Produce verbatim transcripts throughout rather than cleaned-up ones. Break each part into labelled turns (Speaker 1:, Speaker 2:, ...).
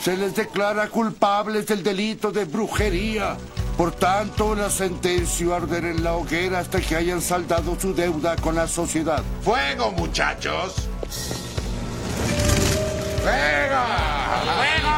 Speaker 1: se les declara culpables del delito de brujería. Por tanto, la sentencio a arder en la hoguera hasta que hayan saldado su deuda con la sociedad.
Speaker 2: ¡Fuego, muchachos! ¡Fuego! ¡Fuego!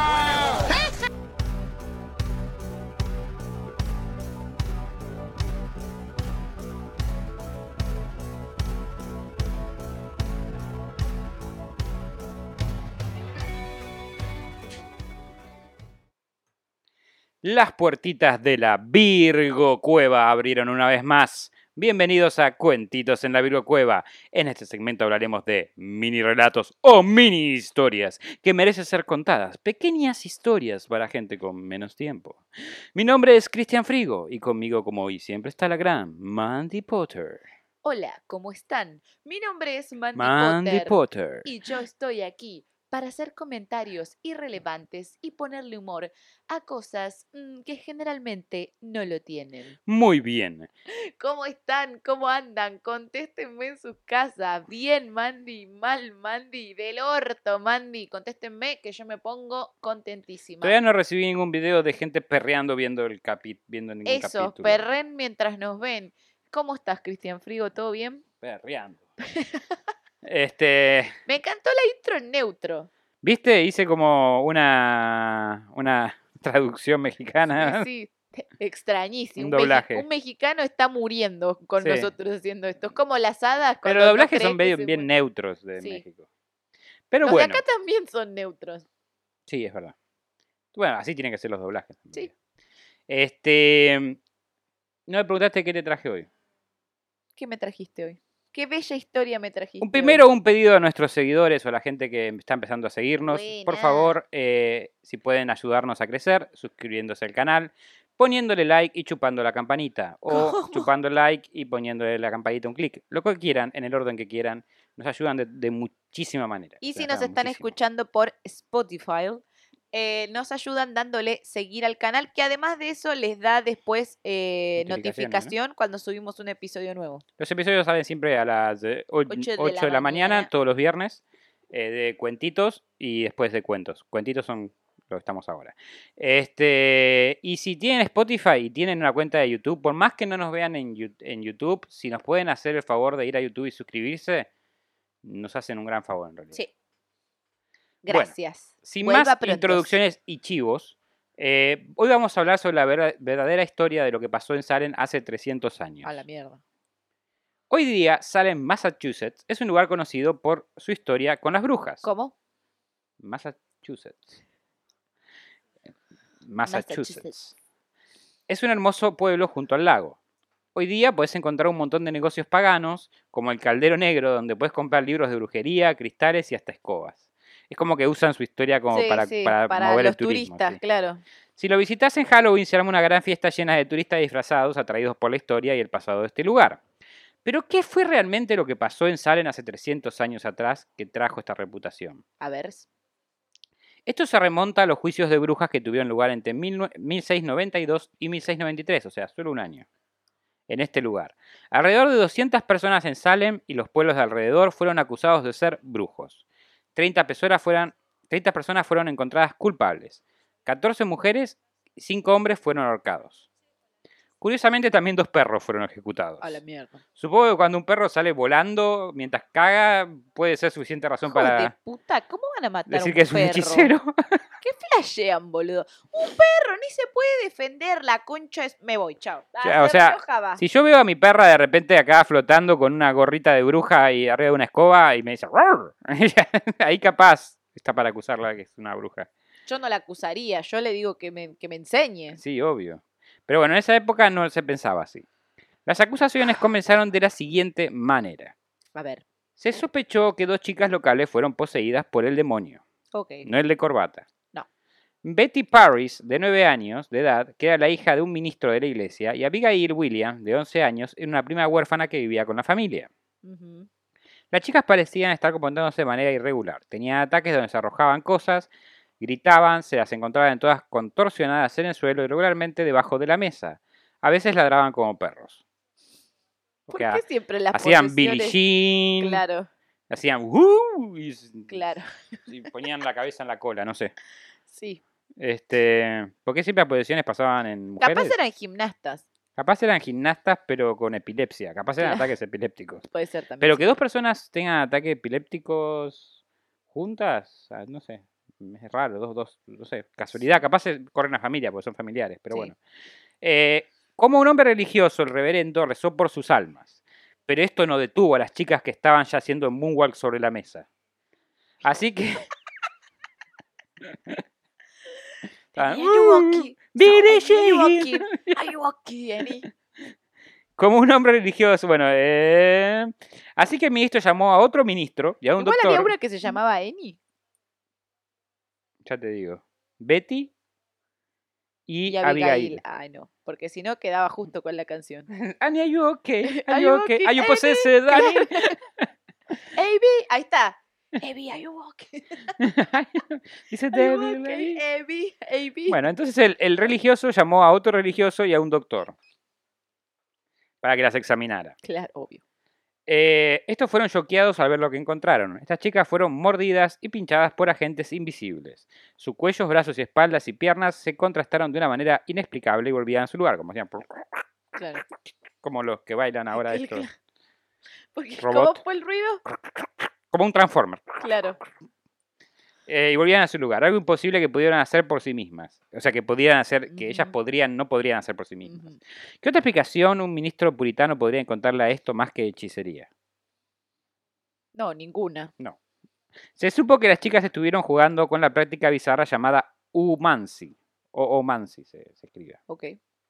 Speaker 3: Las puertitas de la Virgo Cueva abrieron una vez más. Bienvenidos a Cuentitos en la Virgo Cueva. En este segmento hablaremos de mini relatos o mini historias que merecen ser contadas. Pequeñas historias para gente con menos tiempo. Mi nombre es Cristian Frigo y conmigo, como hoy siempre, está la gran Mandy Potter.
Speaker 4: Hola, ¿cómo están? Mi nombre es Mandy,
Speaker 3: Mandy
Speaker 4: Potter,
Speaker 3: Potter.
Speaker 4: y yo estoy aquí para hacer comentarios irrelevantes y ponerle humor a cosas mmm, que generalmente no lo tienen.
Speaker 3: Muy bien.
Speaker 4: ¿Cómo están? ¿Cómo andan? Contéstenme en sus casas. Bien, Mandy, mal, Mandy, del orto, Mandy. Contéstenme que yo me pongo contentísima.
Speaker 3: Todavía no recibí ningún video de gente perreando viendo el capi viendo ningún
Speaker 4: Eso,
Speaker 3: capítulo.
Speaker 4: perren mientras nos ven. ¿Cómo estás, Cristian Frigo? ¿Todo bien?
Speaker 3: Perreando. Este,
Speaker 4: Me encantó la intro en neutro.
Speaker 3: ¿viste? Hice como una una traducción mexicana.
Speaker 4: Sí, sí, extrañísimo.
Speaker 3: Un
Speaker 4: Un,
Speaker 3: doblaje.
Speaker 4: mexi- un mexicano está muriendo con
Speaker 3: Sí.
Speaker 4: nosotros haciendo esto. Es como las hadas.
Speaker 3: Pero
Speaker 4: cuando
Speaker 3: los
Speaker 4: no
Speaker 3: doblajes
Speaker 4: creen
Speaker 3: son
Speaker 4: que
Speaker 3: bien,
Speaker 4: se
Speaker 3: bien
Speaker 4: mueren.
Speaker 3: neutros de
Speaker 4: Sí.
Speaker 3: México. Pero
Speaker 4: Los
Speaker 3: bueno,
Speaker 4: de acá también son neutros.
Speaker 3: sí, es verdad. Bueno, así tienen que ser los doblajes.
Speaker 4: Sí.
Speaker 3: Este, no me preguntaste qué te traje hoy.
Speaker 4: ¿Qué me trajiste hoy? ¿Qué bella historia me trajiste
Speaker 3: Un primero
Speaker 4: hoy?
Speaker 3: un pedido a nuestros seguidores o a la gente que está empezando a seguirnos. Por
Speaker 4: Buena.
Speaker 3: favor, eh, si pueden ayudarnos a crecer, suscribiéndose al canal, poniéndole like y chupando la campanita. O
Speaker 4: ¿Cómo?
Speaker 3: chupando like y poniéndole la campanita un clic. Lo que quieran, en el orden que quieran. Nos ayudan de, de muchísima manera.
Speaker 4: Y
Speaker 3: Se
Speaker 4: si
Speaker 3: nos
Speaker 4: nos
Speaker 3: ayudan
Speaker 4: están
Speaker 3: muchísimo.
Speaker 4: escuchando por Spotify, eh, nos ayudan dándole seguir al canal, que además de eso les da después eh,
Speaker 3: Notificaciones,
Speaker 4: notificación cuando subimos un episodio nuevo.
Speaker 3: Los episodios salen siempre a las eh, o-
Speaker 4: Ocho de
Speaker 3: ocho de
Speaker 4: la
Speaker 3: la mañana,
Speaker 4: mañana.
Speaker 3: todos los viernes, eh, de cuentitos y después de cuentos. Cuentitos son lo que estamos ahora. Este, y si tienen Spotify y tienen una cuenta de YouTube, por más que no nos vean en, Yu- en YouTube, si nos pueden hacer el favor de ir a YouTube y suscribirse, nos hacen un gran favor en realidad.
Speaker 4: Sí.
Speaker 3: Bueno,
Speaker 4: Gracias.
Speaker 3: Sin
Speaker 4: Vuelva
Speaker 3: más
Speaker 4: prontos.
Speaker 3: introducciones y chivos, eh, hoy vamos a hablar sobre la ver- verdadera historia de lo que pasó en Salem hace trescientos años.
Speaker 4: A la mierda.
Speaker 3: Hoy día, Salem, Massachusetts, es un lugar conocido por su historia con las brujas.
Speaker 4: ¿Cómo?
Speaker 3: Massachusetts. Massachusetts.
Speaker 4: Massachusetts.
Speaker 3: Es un hermoso pueblo junto al lago. Hoy día puedes encontrar un montón de negocios paganos, como el Caldero Negro, donde puedes comprar libros de brujería, cristales y hasta escobas. Es como que usan su historia como
Speaker 4: Sí,
Speaker 3: para,
Speaker 4: sí,
Speaker 3: para
Speaker 4: para
Speaker 3: mover
Speaker 4: los
Speaker 3: el turismo.
Speaker 4: turistas,
Speaker 3: Sí.
Speaker 4: claro.
Speaker 3: Si lo visitas en Halloween, se arma una gran fiesta llena de turistas disfrazados, atraídos por la historia y el pasado de este lugar. Pero, ¿qué fue realmente lo que pasó en Salem hace trescientos años atrás que trajo esta reputación?
Speaker 4: A ver.
Speaker 3: Esto se remonta a los juicios de brujas que tuvieron lugar entre mil seiscientos noventa y dos y mil seiscientos noventa y tres, o sea, solo un año, en este lugar. Alrededor de doscientas personas en Salem y los pueblos de alrededor fueron acusados de ser brujos. treinta personas fueron, treinta personas fueron encontradas culpables. catorce mujeres y cinco hombres fueron ahorcados. Curiosamente, también dos perros fueron ejecutados.
Speaker 4: A la mierda.
Speaker 3: Supongo que cuando un perro sale volando mientras caga, puede ser suficiente razón
Speaker 4: Hijos de
Speaker 3: para
Speaker 4: puta, ¿cómo van a matar a
Speaker 3: decir
Speaker 4: un
Speaker 3: que es un
Speaker 4: perro?
Speaker 3: hechicero.
Speaker 4: ¿Qué flashean, boludo? Un perro ni se puede defender, la concha es... Me voy, chao. Ah,
Speaker 3: Ya, o
Speaker 4: se
Speaker 3: sea,
Speaker 4: enojaba.
Speaker 3: Si yo veo a mi perra de repente acá flotando con una gorrita de bruja y arriba de una escoba y me dice "Rrr", ahí capaz está para acusarla que es una bruja.
Speaker 4: Yo no la acusaría, yo le digo que me, que me enseñe.
Speaker 3: Sí, obvio. Pero bueno, en esa época no se pensaba así. Las acusaciones comenzaron de la siguiente manera.
Speaker 4: A ver,
Speaker 3: Se sospechó que dos chicas locales fueron poseídas por el demonio,
Speaker 4: ok.
Speaker 3: no el de corbata.
Speaker 4: No.
Speaker 3: Betty Parris, de nueve años de edad, que era la hija de un ministro de la iglesia, y Abigail Williams, de once años, era una prima huérfana que vivía con la familia.
Speaker 4: Ujú.
Speaker 3: Las chicas parecían estar comportándose de manera irregular. Tenían ataques donde se arrojaban cosas, gritaban, se las encontraban todas contorsionadas en el suelo y regularmente debajo de la mesa. A veces ladraban como perros. O
Speaker 4: ¿Por
Speaker 3: sea,
Speaker 4: qué siempre las
Speaker 3: hacían Billie
Speaker 4: posesiones-
Speaker 3: Jean,
Speaker 4: Claro,
Speaker 3: hacían "Uh", y,
Speaker 4: claro.
Speaker 3: y ponían la cabeza en la cola, no sé.
Speaker 4: Sí.
Speaker 3: Este, ¿por qué siempre las posesiones pasaban en mujeres?
Speaker 4: Capaz eran gimnastas.
Speaker 3: Capaz eran gimnastas, pero con epilepsia. Capaz eran
Speaker 4: Claro.
Speaker 3: ataques epilépticos.
Speaker 4: Puede ser también.
Speaker 3: Pero
Speaker 4: sí.
Speaker 3: que dos personas tengan ataques epilépticos juntas, ah, no sé, es raro, dos, dos, no sé, casualidad, capaz se corren la familia, porque son familiares, pero
Speaker 4: Sí.
Speaker 3: bueno. Eh, como un hombre religioso, el reverendo rezó por sus almas, pero esto no detuvo a las chicas que estaban ya haciendo moonwalk sobre la mesa. Así que...
Speaker 4: Are you okay?
Speaker 3: Billie
Speaker 4: So, are you
Speaker 3: Jean.
Speaker 4: okay? Are you okay, Annie?
Speaker 3: Como un hombre religioso, bueno, eh... así que el ministro llamó a otro ministro y a un
Speaker 4: Igual
Speaker 3: doctor.
Speaker 4: había una que se llamaba Annie.
Speaker 3: Ya te digo. Betty y,
Speaker 4: Y
Speaker 3: Abigail.
Speaker 4: Abigail. Ay, no. Porque si no, quedaba justo con la canción.
Speaker 3: Annie, are you okay? Are
Speaker 4: Are
Speaker 3: you
Speaker 4: you
Speaker 3: okay?
Speaker 4: okay,
Speaker 3: Are you
Speaker 4: Annie?
Speaker 3: possessed, Annie?
Speaker 4: Abby, ahí está. Abby, are you okay?
Speaker 3: Dice
Speaker 4: Are you
Speaker 3: David.
Speaker 4: okay, Abby? Abby.
Speaker 3: Bueno, entonces el, el religioso llamó a otro religioso y a un doctor para que las examinara.
Speaker 4: Claro, obvio.
Speaker 3: Eh, estos fueron choqueados al ver lo que encontraron. Estas chicas fueron mordidas y pinchadas por agentes invisibles. Sus cuellos, brazos y espaldas y piernas se contrastaron de una manera inexplicable y volvían a su lugar, como hacían,
Speaker 4: Claro.
Speaker 3: como los que bailan ahora
Speaker 4: El
Speaker 3: estos.
Speaker 4: cla- Porque,
Speaker 3: Robot.
Speaker 4: ¿cómo fue el ruido?
Speaker 3: Como un transformer.
Speaker 4: Claro.
Speaker 3: Eh, y volvían a su lugar. Algo imposible que pudieran hacer por sí mismas. O sea, que pudieran hacer, que ellas
Speaker 4: Ujú.
Speaker 3: podrían, no podrían hacer por sí mismas.
Speaker 4: Ujú.
Speaker 3: ¿Qué otra explicación un ministro puritano podría encontrarle a esto más que hechicería?
Speaker 4: No, ninguna.
Speaker 3: No. Se supo que las chicas estuvieron jugando con la práctica bizarra llamada Umancy. O Omancy se, se escribe.
Speaker 4: Ok.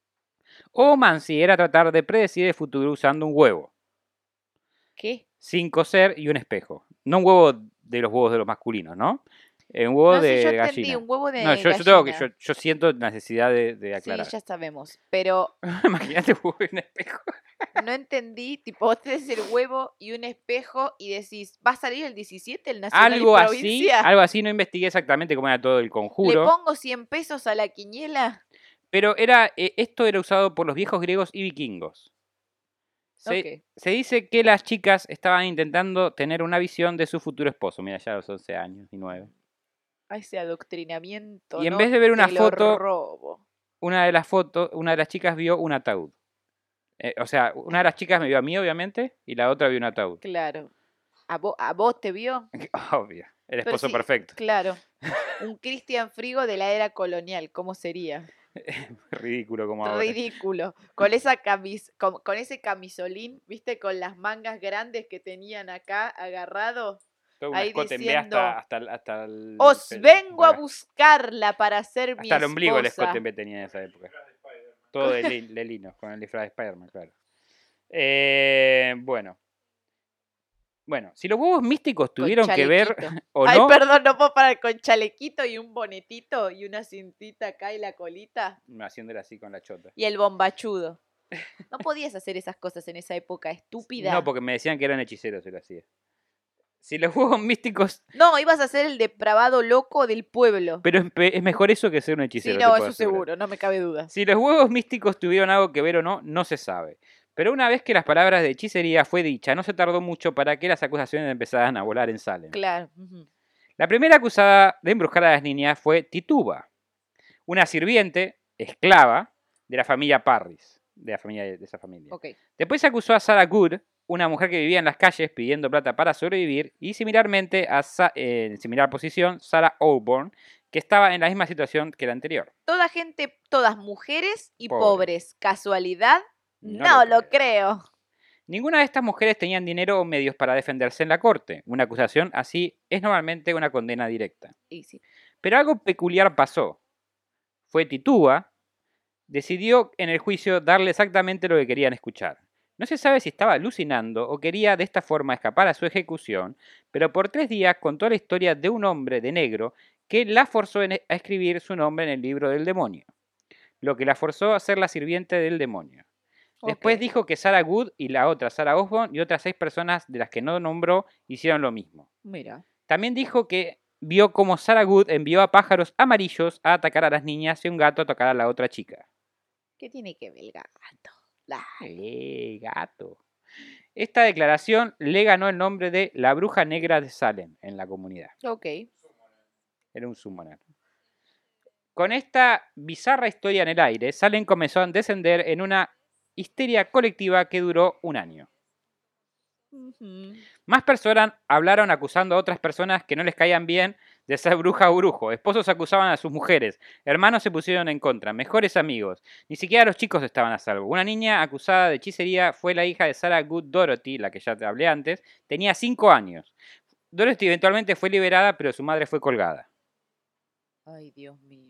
Speaker 3: Omancy era tratar de predecir el futuro usando un huevo,
Speaker 4: ¿Qué?
Speaker 3: sin coser y un espejo. No un huevo de los huevos de los masculinos, ¿no? Eh, un huevo
Speaker 4: No, sí,
Speaker 3: de
Speaker 4: yo
Speaker 3: gallina.
Speaker 4: entendí, un huevo de
Speaker 3: no, yo, yo tengo que,
Speaker 4: gallina.
Speaker 3: yo, yo siento necesidad de, de
Speaker 4: Sí,
Speaker 3: aclarar.
Speaker 4: ya sabemos. Pero
Speaker 3: Imagínate un huevo y un espejo.
Speaker 4: no entendí, tipo, vos tenés el huevo y un espejo y decís, ¿va a salir el diecisiete, el nacional
Speaker 3: Algo
Speaker 4: y
Speaker 3: así,
Speaker 4: provincia?
Speaker 3: algo así, no investigué exactamente cómo era todo el
Speaker 4: ¿Le
Speaker 3: conjuro.
Speaker 4: pongo cien pesos a la quiniela?
Speaker 3: Pero era, eh, esto era usado por los viejos griegos y vikingos. Se,
Speaker 4: Ok.
Speaker 3: se dice que las chicas estaban intentando tener una visión de su futuro esposo. Mira, ya a los once años y nueve.
Speaker 4: A ese adoctrinamiento.
Speaker 3: Y en
Speaker 4: no
Speaker 3: vez de ver una
Speaker 4: te lo
Speaker 3: foto-
Speaker 4: robo.
Speaker 3: Una de las fotos, una de las chicas vio un ataúd. Eh, o sea, una de las chicas me vio a mí, obviamente, y la otra vio un ataúd.
Speaker 4: Claro. ¿A vos, a vos te vio?
Speaker 3: Obvio, el
Speaker 4: Pero
Speaker 3: esposo
Speaker 4: sí,
Speaker 3: perfecto.
Speaker 4: Claro. Un Cristian Frigo de la era colonial, ¿cómo sería?
Speaker 3: Ridículo como ahora.
Speaker 4: Ridículo. Con esa camis, con, con ese camisolín, ¿viste? Con las mangas grandes que tenían acá agarrado.
Speaker 3: Todo un
Speaker 4: ahí
Speaker 3: escote en B
Speaker 4: diciendo,
Speaker 3: hasta, hasta, el- hasta el...
Speaker 4: Os
Speaker 3: el-
Speaker 4: vengo a
Speaker 3: acá.
Speaker 4: buscarla para ser mi
Speaker 3: Hasta el ombligo el
Speaker 4: esposa".
Speaker 3: escote en B tenía en esa época. Todo de, li- de lino, con el disfraz de Spider-Man, claro. Eh, bueno. Bueno, si los huevos místicos
Speaker 4: Con
Speaker 3: tuvieron que ver
Speaker 4: chalequito.
Speaker 3: o
Speaker 4: Ay,
Speaker 3: no...
Speaker 4: perdón, no puedo parar con chalequito y un bonetito y una cintita acá y la colita
Speaker 3: Haciéndole así con la chota.
Speaker 4: y el bombachudo. No podías hacer esas cosas en esa época, estúpida.
Speaker 3: No, porque me decían que eran hechiceros, se lo hacía. Si los huevos místicos...
Speaker 4: No, ibas a ser el depravado loco del pueblo.
Speaker 3: Pero es, pe- es mejor eso que ser un
Speaker 4: Sí,
Speaker 3: hechicero. te
Speaker 4: no,
Speaker 3: puedo
Speaker 4: eso
Speaker 3: asegurar.
Speaker 4: seguro, no me cabe duda.
Speaker 3: Si los huevos místicos tuvieron algo que ver o no, no se sabe. Pero una vez que las palabras de hechicería fue dicha, no se tardó mucho para que las acusaciones empezaran a volar en Salem.
Speaker 4: Claro. Ujú.
Speaker 3: La primera acusada de embrujar a las niñas fue Tituba, una sirviente, esclava, de la familia Parris, de la familia de esa familia.
Speaker 4: Ok.
Speaker 3: Después se acusó a Sarah Good, una mujer que vivía en las calles pidiendo plata para sobrevivir, y similarmente a Sa- eh, en similar posición, Sarah Osborne, que estaba en la misma situación que la anterior.
Speaker 4: Toda gente, todas mujeres y
Speaker 3: Pobre.
Speaker 4: pobres. ¿Casualidad?
Speaker 3: No
Speaker 4: No,
Speaker 3: lo
Speaker 4: lo creo.
Speaker 3: Ninguna de estas mujeres tenían dinero o medios para defenderse en la corte. Una acusación así es normalmente una condena directa.
Speaker 4: Y sí.
Speaker 3: Pero algo peculiar pasó. Fue Tituba, decidió en el juicio darle exactamente lo que querían escuchar. No se sabe si estaba alucinando o quería de esta forma escapar a su ejecución, pero por tres días contó la historia de un hombre de negro que la forzó en- a escribir su nombre en el libro del demonio, lo que la forzó a ser la sirviente del demonio. Después
Speaker 4: Ok.
Speaker 3: dijo que Sarah Good y la otra Sarah Osborne y otras seis personas de las que no nombró hicieron lo mismo.
Speaker 4: Mira.
Speaker 3: También dijo que vio cómo Sarah Good envió a pájaros amarillos a atacar a las niñas y un gato a tocar a la otra chica.
Speaker 4: ¿Qué tiene que ver el gato? La-
Speaker 3: ¡Eh, gato! Esta declaración le ganó el nombre de la bruja negra de Salem en la comunidad.
Speaker 4: Ok.
Speaker 3: Era un summoner. Con esta bizarra historia en el aire, Salem comenzó a descender en una histeria colectiva que duró un año.
Speaker 4: Ujú.
Speaker 3: Más personas hablaron acusando a otras personas que no les caían bien de ser bruja o brujo. Esposos acusaban a sus mujeres. Hermanos se pusieron en contra. Mejores amigos. Ni siquiera los chicos estaban a salvo. Una niña acusada de hechicería fue la hija de Sarah Good Dorothy, la que ya te hablé antes. Tenía cinco años. Dorothy eventualmente fue liberada, pero su madre fue colgada.
Speaker 4: Ay, Dios mío.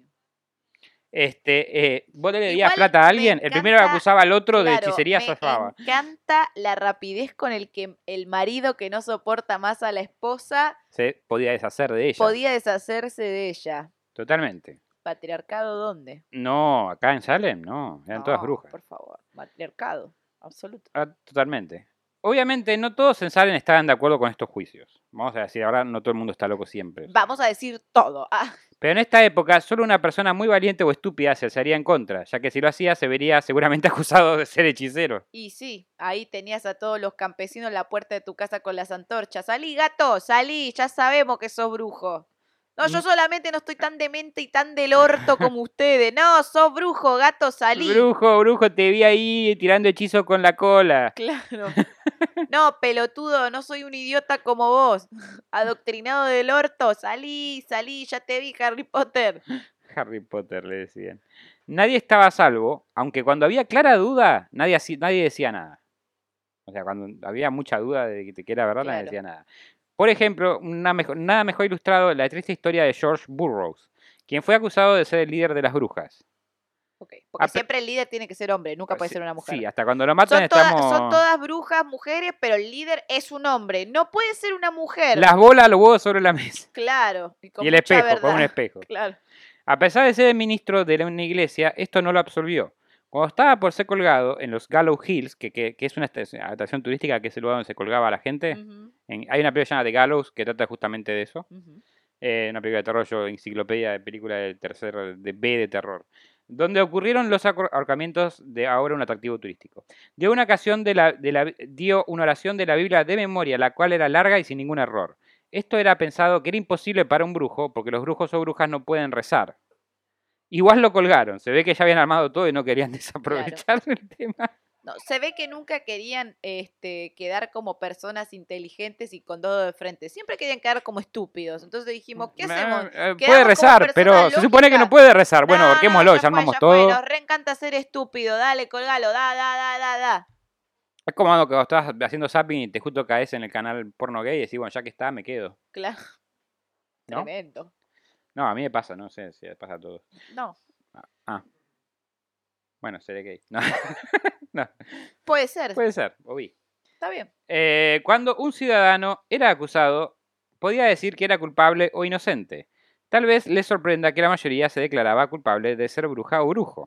Speaker 3: Este, eh, ¿Vos le debías
Speaker 4: Igual
Speaker 3: plata a
Speaker 4: me
Speaker 3: alguien? El primero que
Speaker 4: encanta-
Speaker 3: acusaba al otro de
Speaker 4: Claro,
Speaker 3: hechicería
Speaker 4: me
Speaker 3: zafaba.
Speaker 4: encanta la rapidez con el que el marido que no soporta más a la esposa
Speaker 3: Se podía deshacer de ella.
Speaker 4: podía deshacerse de ella.
Speaker 3: Totalmente.
Speaker 4: ¿Patriarcado dónde?
Speaker 3: No, acá en Salem, no. Eran todas
Speaker 4: No,
Speaker 3: brujas.
Speaker 4: Por favor, matriarcado, absoluto.
Speaker 3: Ah, totalmente. Obviamente, no todos en Salem estaban de acuerdo con estos juicios. Vamos a decir, ahora no todo el mundo está loco siempre.
Speaker 4: Vamos a decir todo. Ah,
Speaker 3: Pero en esta época, solo una persona muy valiente o estúpida se alzaría en contra, ya que si lo hacía, se vería seguramente acusado de ser hechicero.
Speaker 4: y sí, ahí tenías a todos los campesinos en la puerta de tu casa con las antorchas. Salí, gato, salí, ya sabemos que sos brujo. No, yo
Speaker 3: Mm.
Speaker 4: solamente no estoy tan demente y tan del orto como ustedes. No, sos brujo, gato, salí.
Speaker 3: Brujo, brujo, te vi ahí tirando hechizos con la cola.
Speaker 4: Claro. No, pelotudo, no soy un idiota como vos. Adoctrinado del orto, salí, salí, ya te vi, Harry Potter.
Speaker 3: Harry Potter, le decían. Nadie estaba a salvo, aunque cuando había clara duda, nadie, hacía- nadie decía nada. O sea, cuando había mucha duda de que, que era verdad, nadie
Speaker 4: Claro.
Speaker 3: decía nada. Por ejemplo, una mejor- nada mejor ilustrado la triste historia de George Burroughs, quien fue acusado de ser el líder de las brujas.
Speaker 4: Ok, porque
Speaker 3: Ah, pe-
Speaker 4: siempre el líder tiene que ser hombre, nunca puede
Speaker 3: Sí,
Speaker 4: ser una mujer.
Speaker 3: Sí, hasta cuando lo matan
Speaker 4: son, toda-
Speaker 3: estamos...
Speaker 4: son todas brujas, mujeres, pero el líder es un hombre. No puede ser una mujer.
Speaker 3: Las bolas, los huevos sobre la mesa.
Speaker 4: Claro. Y, con
Speaker 3: Y el
Speaker 4: mucha
Speaker 3: espejo, con un
Speaker 4: verdad.
Speaker 3: espejo.
Speaker 4: Claro.
Speaker 3: A pesar de ser el ministro de una iglesia, esto no lo absolvió. Cuando estaba por ser colgado en los Gallows Hills, que, que- que es una estación- atracción turística, que es el lugar donde se colgaba a la gente,
Speaker 4: Ujú,
Speaker 3: en- hay una película llamada The Gallows que trata justamente de eso.
Speaker 4: ujú.
Speaker 3: Eh, una película de terror, yo, enciclopedia de película de tercer, de B de terror. Donde ocurrieron los ahor- ahorcamientos de ahora un atractivo turístico. Dio una ocasión de la, de la- dio una oración de la Biblia de memoria, la cual era larga y sin ningún error. Esto era pensado que era imposible para un brujo, porque los brujos o brujas no pueden rezar. Igual lo colgaron, se ve que ya habían armado todo y no querían desaprovechar el tema.
Speaker 4: No, se ve que nunca querían este, quedar como personas inteligentes y con todo de frente. Siempre querían quedar como estúpidos. Entonces dijimos, ¿qué hacemos?
Speaker 3: Eh, eh,
Speaker 4: ¿Quedamos
Speaker 3: puede
Speaker 4: como
Speaker 3: rezar,
Speaker 4: personas
Speaker 3: pero se supone que no
Speaker 4: lógicas?
Speaker 3: puede rezar. Bueno,
Speaker 4: No,
Speaker 3: ahorquémoslo,
Speaker 4: no,
Speaker 3: ya
Speaker 4: fue,
Speaker 3: armamos
Speaker 4: ya
Speaker 3: todo.
Speaker 4: fue. Nos reencanta ser estúpido. Dale, colgalo. Da, da, da, da, da.
Speaker 3: Es como cuando estás haciendo zapping y te justo caes en el canal porno gay y decís, bueno, ya que está, me quedo.
Speaker 4: Claro.
Speaker 3: ¿No?
Speaker 4: Tremendo.
Speaker 3: No, a mí me pasa, no sé si le pasa a todos.
Speaker 4: No.
Speaker 3: Ah. Bueno, seré gay. No. No.
Speaker 4: Puede ser.
Speaker 3: Puede ser, o vi.
Speaker 4: Está bien.
Speaker 3: Eh, cuando un ciudadano era acusado, podía decir que era culpable o inocente. Tal vez les sorprenda que la mayoría se declaraba culpable de ser bruja o brujo.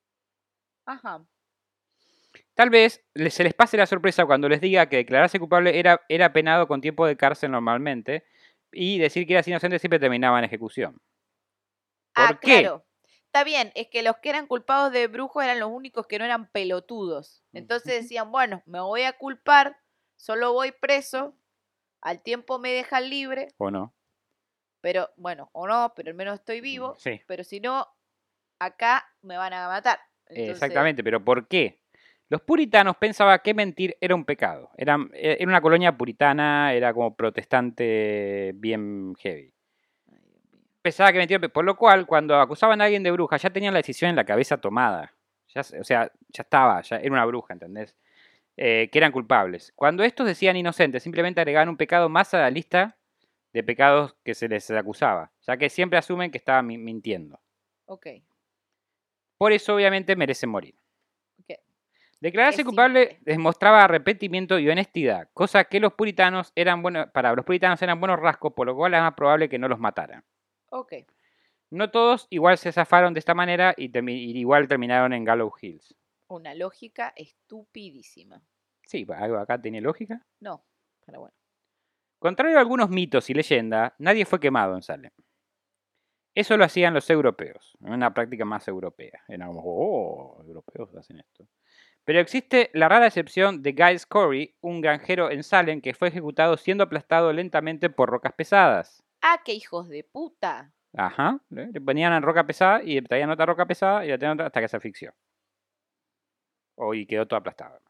Speaker 4: Ajá.
Speaker 3: Tal vez les- se les pase la sorpresa cuando les diga que declararse culpable era, era penado con tiempo de cárcel normalmente y decir que eras inocente siempre terminaba en ejecución. ¿Por
Speaker 4: Ah,
Speaker 3: qué?
Speaker 4: claro. Está bien, es que los que eran culpados de brujo eran los únicos que no eran pelotudos. Entonces
Speaker 3: Ujú.
Speaker 4: decían, bueno, me voy a culpar, solo voy preso, al tiempo me dejan libre,
Speaker 3: ¿O no?
Speaker 4: pero bueno, o no, pero al menos estoy vivo,
Speaker 3: Sí,
Speaker 4: pero si no, acá me van a matar. Entonces,
Speaker 3: exactamente, pero ¿por qué? Los puritanos pensaban que mentir era un pecado. Eran- Era una colonia puritana, era como protestante bien heavy.
Speaker 4: ay, Dios mío.
Speaker 3: Pensaba que mentía, por lo cual, cuando acusaban a alguien de bruja, ya tenían la decisión en la cabeza tomada. Ya, se- o sea, ya estaba, ya era una bruja, ¿entendés? Eh, que eran culpables. Cuando estos decían inocentes, simplemente agregaban un pecado más a la lista de pecados que se les acusaba, ya que siempre asumen que estaban mi- mintiendo.
Speaker 4: Ok,
Speaker 3: Por eso, obviamente, merecen morir.
Speaker 4: ok.
Speaker 3: Declararse
Speaker 4: Es
Speaker 3: culpable
Speaker 4: simple.
Speaker 3: demostraba arrepentimiento y honestidad, cosa que los puritanos eran buenos, para los puritanos eran buenos rasgos, por lo cual es más probable que no los mataran.
Speaker 4: Ok.
Speaker 3: No todos igual se zafaron de esta manera y, termi- y igual terminaron en Gallows Hills.
Speaker 4: Una lógica estupidísima.
Speaker 3: Sí, algo acá tiene lógica.
Speaker 4: No, pero bueno.
Speaker 3: Contrario a algunos mitos y leyendas, nadie fue quemado en Salem. Eso lo hacían los europeos, una práctica más europea. Era como, oh, europeos hacen esto. Pero existe la rara excepción de Guy Scory, un granjero en Salem que fue ejecutado siendo aplastado lentamente por rocas pesadas.
Speaker 4: Ah, qué hijos de puta.
Speaker 3: Ajá. Le le ponían en roca pesada y le traían otra roca pesada y le traían otra hasta que se asfixió. O y quedó todo aplastado.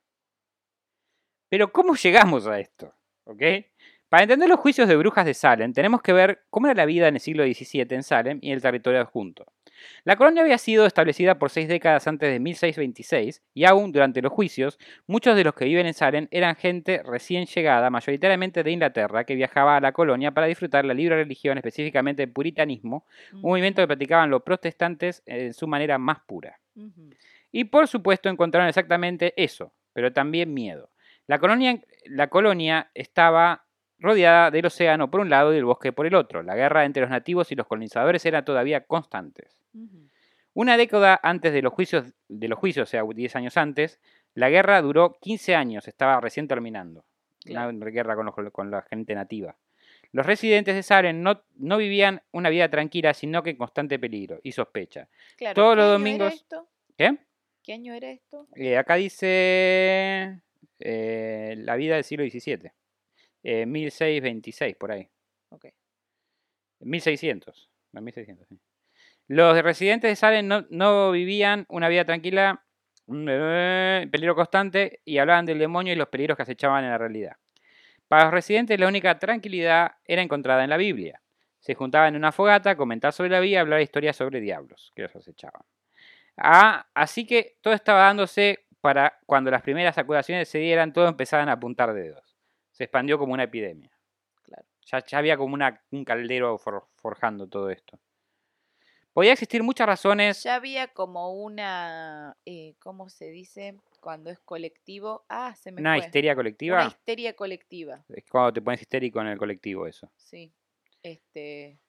Speaker 3: Pero ¿cómo llegamos a esto? ¿Ok? Para entender los juicios de brujas de Salem, tenemos que ver cómo era la vida en el siglo diecisiete en Salem y el territorio adjunto. La colonia había sido establecida por seis décadas antes de mil seiscientos veintiséis y aún durante los juicios, muchos de los que viven en Salem eran gente recién llegada, mayoritariamente de Inglaterra, que viajaba a la colonia para disfrutar la libre religión, específicamente el puritanismo, un movimiento que practicaban los protestantes en su manera más pura.
Speaker 4: Ujú.
Speaker 3: Y por supuesto encontraron exactamente eso, pero también miedo. La colonia, la colonia estaba rodeada del océano por un lado y del bosque por el otro. La guerra entre los nativos y los colonizadores era todavía constantes.
Speaker 4: Ujú.
Speaker 3: Una década antes de los juicios, de los juicios, o sea, diez años antes, la guerra duró quince años, estaba recién terminando.
Speaker 4: Claro.
Speaker 3: Una guerra con, los, con la gente nativa. Los residentes de Salem no, no vivían una vida tranquila, sino que en constante peligro y sospecha.
Speaker 4: Claro.
Speaker 3: Todos
Speaker 4: ¿Qué
Speaker 3: los
Speaker 4: año
Speaker 3: domingos-
Speaker 4: era esto?
Speaker 3: ¿Qué?
Speaker 4: ¿Qué año era esto?
Speaker 3: Eh, acá dice eh, la vida del siglo diecisiete. Eh, mil seiscientos veintiséis, por ahí.
Speaker 4: Ok.
Speaker 3: mil seiscientos. No, mil seiscientos, sí. Los residentes de Salem no, no vivían una vida tranquila, eh, peligro constante, y hablaban del demonio y los peligros que acechaban en la realidad. Para los residentes la única tranquilidad era encontrada en la Biblia. Se juntaban en una fogata a comentar sobre la vida y hablar historias sobre diablos que los acechaban. Ah, así que todo estaba dándose para cuando las primeras acusaciones se dieran, todos empezaban a apuntar dedos. Se expandió como una epidemia.
Speaker 4: Claro.
Speaker 3: Ya, ya había como una, un caldero for- forjando todo esto. Podía existir muchas razones.
Speaker 4: Ya había como una, eh, ¿cómo se dice? Cuando es colectivo. Ah, se me
Speaker 3: Una
Speaker 4: fue.
Speaker 3: histeria colectiva.
Speaker 4: Una histeria colectiva,
Speaker 3: Es cuando te pones histérico en el colectivo, eso.
Speaker 4: sí. Este.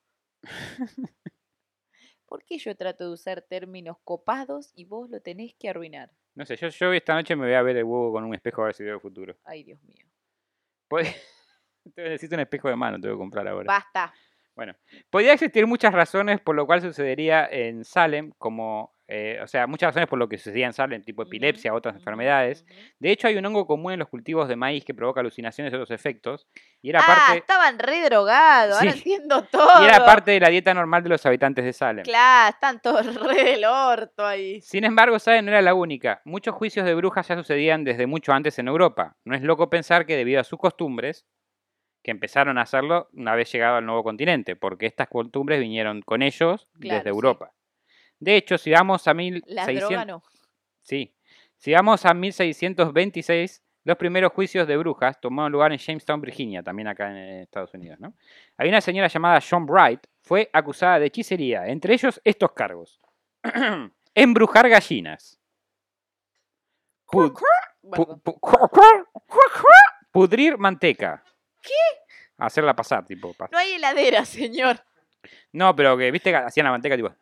Speaker 4: ¿Por qué yo trato de usar términos copados y vos lo tenés que arruinar?
Speaker 3: No sé, yo, yo esta noche me voy a ver el huevo con un espejo a ver si veo el futuro.
Speaker 4: Ay, Dios mío.
Speaker 3: Pod- Necesito un espejo de mano, tengo que comprar ahora.
Speaker 4: Basta.
Speaker 3: Bueno, podría existir muchas razones por lo cual sucedería en Salem, como, eh, o sea, muchas razones por lo que sucedía en Salem, tipo epilepsia,
Speaker 4: Ujú,
Speaker 3: otras
Speaker 4: ujú,
Speaker 3: enfermedades.
Speaker 4: ujú.
Speaker 3: De hecho, hay un hongo común en los cultivos de maíz que provoca alucinaciones y otros efectos, y era,
Speaker 4: Ah,
Speaker 3: parte,
Speaker 4: estaban re drogados, ahora
Speaker 3: Sí.
Speaker 4: entiendo todo.
Speaker 3: y era parte de la dieta normal de los habitantes de Salem.
Speaker 4: Claro, están todos re del orto ahí.
Speaker 3: Sin embargo, Salem no era la única. Muchos juicios de brujas ya sucedían desde mucho antes en Europa. No es loco pensar que debido a sus costumbres, que empezaron a hacerlo una vez llegado al nuevo continente, porque estas costumbres vinieron con ellos
Speaker 4: Claro,
Speaker 3: desde
Speaker 4: sí.
Speaker 3: Europa. De hecho, si vamos a
Speaker 4: La droga
Speaker 3: mil seiscientos,
Speaker 4: no.
Speaker 3: sí, si vamos a mil seiscientos veintiséis, los primeros juicios de brujas tomaron lugar en Jamestown, Virginia, también acá en Estados Unidos, ¿no? Había una señora llamada John Bright, fue acusada de hechicería, entre ellos estos cargos: embrujar gallinas, Pu-
Speaker 4: Perdón.
Speaker 3: pu- pu- pudrir manteca. ¿Qué? Hacerla pasar, tipo. pa-
Speaker 4: No hay heladera, señor.
Speaker 3: No, pero que, viste, que hacían la manteca, tipo.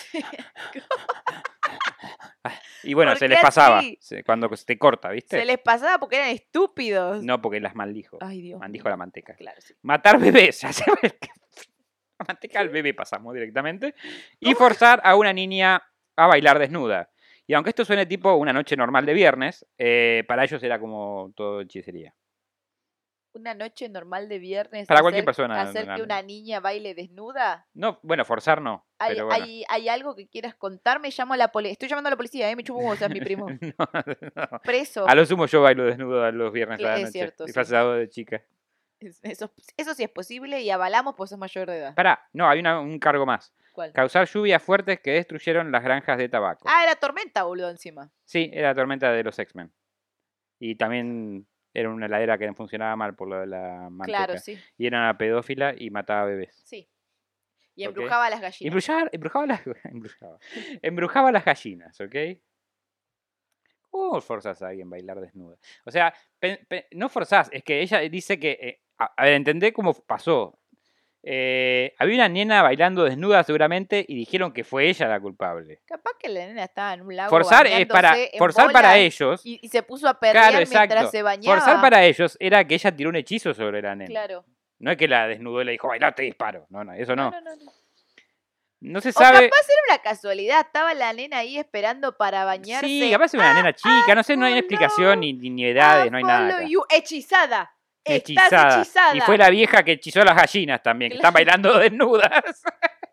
Speaker 3: Y bueno,
Speaker 4: ¿Por
Speaker 3: se
Speaker 4: qué
Speaker 3: les pasaba
Speaker 4: así?
Speaker 3: se- cuando se te corta, ¿viste?
Speaker 4: Se les pasaba porque eran estúpidos.
Speaker 3: No, porque las maldijo.
Speaker 4: Ay, Dios
Speaker 3: Maldijo
Speaker 4: mío.
Speaker 3: la manteca.
Speaker 4: Claro, sí.
Speaker 3: Matar bebés. hacer la manteca al bebé pasamos directamente. Y forzar a una niña a bailar desnuda. Y aunque esto suene tipo una noche normal de viernes, eh, para ellos era como todo hechicería.
Speaker 4: Una noche normal de viernes.
Speaker 3: Para
Speaker 4: hacer-
Speaker 3: cualquier persona,
Speaker 4: Hacer
Speaker 3: una-
Speaker 4: que una niña baile desnuda.
Speaker 3: No, bueno, forzar no.
Speaker 4: ¿Hay,
Speaker 3: Pero bueno.
Speaker 4: hay, hay algo que quieras contarme? Llamo a la policía. Estoy llamando a la policía, ¿eh? Me chupo un huevo, o sea, es mi primo.
Speaker 3: No, no.
Speaker 4: Preso.
Speaker 3: A lo sumo yo bailo desnudo a los viernes a la
Speaker 4: Es
Speaker 3: noche.
Speaker 4: cierto, sí.
Speaker 3: Disfrazado de chica.
Speaker 4: Es- Eso, eso sí es posible y avalamos pues sos mayor de edad.
Speaker 3: Pará, no, hay una- un cargo más.
Speaker 4: ¿Cuál?
Speaker 3: Causar lluvias fuertes que destruyeron las granjas de tabaco.
Speaker 4: Ah, era tormenta, boludo, encima.
Speaker 3: Sí, era la tormenta de los X-Men. Y también era una heladera que funcionaba mal por lo de la manteca.
Speaker 4: Claro, sí.
Speaker 3: Y era una pedófila y mataba bebés.
Speaker 4: Sí. Y
Speaker 3: Ok.
Speaker 4: embrujaba a las gallinas.
Speaker 3: Embrujaba, embrujaba, las, embrujaba. embrujaba las gallinas, ¿ok? ¿Cómo forzás a alguien a bailar desnuda? O sea, pe- pe- no forzás, es que ella dice que... eh, a, a ver, entendé cómo pasó. Eh, había una nena bailando desnuda seguramente y dijeron que fue ella la culpable.
Speaker 4: Capaz que la nena estaba en un lago
Speaker 3: Forzar es para
Speaker 4: bañándose en
Speaker 3: forzar para
Speaker 4: bolas
Speaker 3: ellos.
Speaker 4: Y, y se puso a perrear
Speaker 3: Claro,
Speaker 4: mientras
Speaker 3: exacto.
Speaker 4: se bañaba.
Speaker 3: Forzar para ellos era que ella tiró un hechizo sobre la nena.
Speaker 4: Claro.
Speaker 3: No es que la desnudó y le dijo, bailá, te disparo. No, no, eso no.
Speaker 4: No, no, no, no.
Speaker 3: No se
Speaker 4: O
Speaker 3: sabe.
Speaker 4: capaz era una casualidad. Estaba la nena ahí esperando para bañarse.
Speaker 3: Sí, capaz era una nena chica, no sé, no hay
Speaker 4: follow-
Speaker 3: explicación ni, ni, ni edades, no hay nada.
Speaker 4: Follow
Speaker 3: acá.
Speaker 4: you. Hechizada. Estás
Speaker 3: Hechizada.
Speaker 4: hechizada.
Speaker 3: Y fue la vieja que hechizó a las gallinas también, que están
Speaker 4: Claro.
Speaker 3: bailando desnudas.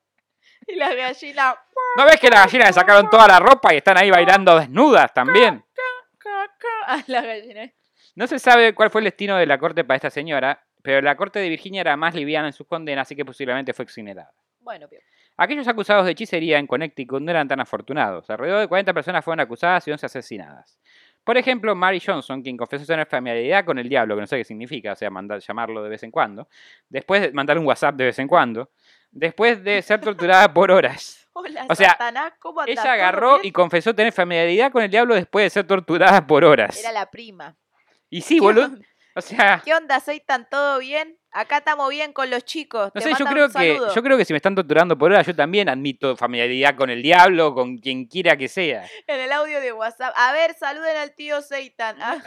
Speaker 4: Y la gallina...
Speaker 3: ¿No ves que las gallinas le sacaron toda la ropa y están ahí bailando desnudas también?
Speaker 4: Ah, la gallina.
Speaker 3: No se sabe cuál fue el destino de la corte para esta señora, pero la corte de Virginia era más liviana en sus condenas, así que posiblemente fue exonerada.
Speaker 4: Bueno, bien.
Speaker 3: Aquellos acusados de hechicería en Connecticut no eran tan afortunados. Alrededor de cuarenta personas fueron acusadas y once asesinadas. Por ejemplo, Mary Johnson, quien confesó tener familiaridad con el diablo, que no sé qué significa, o sea, mandar, llamarlo de vez en cuando, después de mandar un WhatsApp de vez en cuando, después de ser torturada por horas.
Speaker 4: Hola,
Speaker 3: O sea,
Speaker 4: Satanás, ¿cómo andás?
Speaker 3: Ella
Speaker 4: ¿Todo
Speaker 3: agarró
Speaker 4: bien?
Speaker 3: y confesó tener familiaridad con el diablo después de ser torturada por horas.
Speaker 4: Era la prima.
Speaker 3: Y sí,
Speaker 4: ¿Qué
Speaker 3: boludo.
Speaker 4: onda?
Speaker 3: O sea,
Speaker 4: ¿Qué onda, Seitan? ¿Todo bien? Acá estamos bien con los chicos.
Speaker 3: no
Speaker 4: Te
Speaker 3: sé, yo
Speaker 4: mandan
Speaker 3: creo
Speaker 4: un
Speaker 3: que
Speaker 4: saludo.
Speaker 3: yo creo que si me están torturando por horas, yo también admito familiaridad con el diablo, con quien quiera que sea.
Speaker 4: En el audio de WhatsApp. A ver, saluden al tío Seitan. Ah.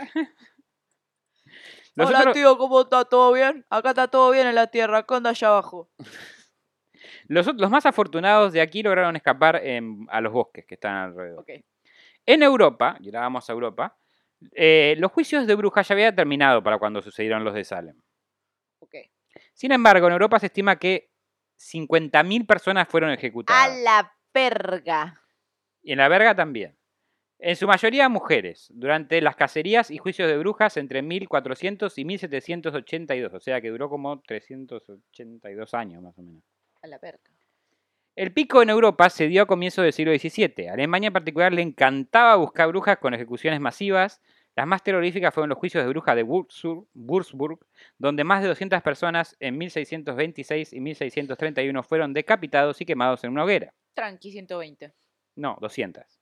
Speaker 3: Los
Speaker 4: Hola,
Speaker 3: otros-
Speaker 4: tío, ¿cómo está? ¿Todo bien? Acá está todo bien en la tierra. ¿Qué onda allá abajo?
Speaker 3: Los, ot- los más afortunados de aquí lograron escapar em, a los bosques que están alrededor.
Speaker 4: Ok.
Speaker 3: En Europa, y ahora vamos a Europa, eh, los juicios de brujas ya habían terminado para cuando sucedieron los de Salem.
Speaker 4: Ok.
Speaker 3: Sin embargo, en Europa se estima que cincuenta mil personas fueron
Speaker 4: A
Speaker 3: ejecutadas.
Speaker 4: la perga.
Speaker 3: Y en la verga también. En su mayoría mujeres, durante las cacerías y juicios de brujas entre mil cuatrocientos y mil setecientos ochenta y dos, o sea que duró como trescientos ochenta y dos años más o menos.
Speaker 4: A la perga.
Speaker 3: El pico en Europa se dio a comienzos del siglo diecisiete. A Alemania en particular le encantaba buscar brujas con ejecuciones masivas. Las más terroríficas fueron los juicios de brujas de Würzburg, Würzburg, donde más de doscientas personas en mil seiscientos veintiséis y mil seiscientos treinta y uno fueron decapitados y quemados en una hoguera.
Speaker 4: Tranqui, ciento veinte.
Speaker 3: No, doscientas.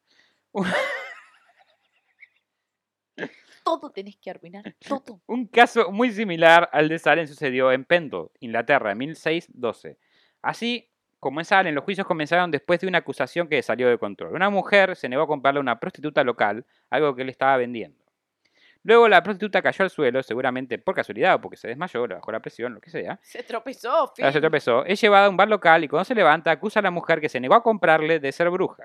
Speaker 4: Todo tenés que arruinar. Todo.
Speaker 3: Un caso muy similar al de Salem sucedió en Pendle, Inglaterra, en mil seiscientos doce. Así como en Salem, los juicios comenzaron después de una acusación que salió de control. Una mujer se negó a comprarle a una prostituta local algo que él estaba vendiendo. Luego la prostituta cayó al suelo, seguramente por casualidad o porque se desmayó, le bajó la presión, lo que sea.
Speaker 4: Se tropezó, fin.
Speaker 3: Ahora se tropezó. Es llevada a un bar local y cuando se levanta acusa a la mujer que se negó a comprarle de ser bruja.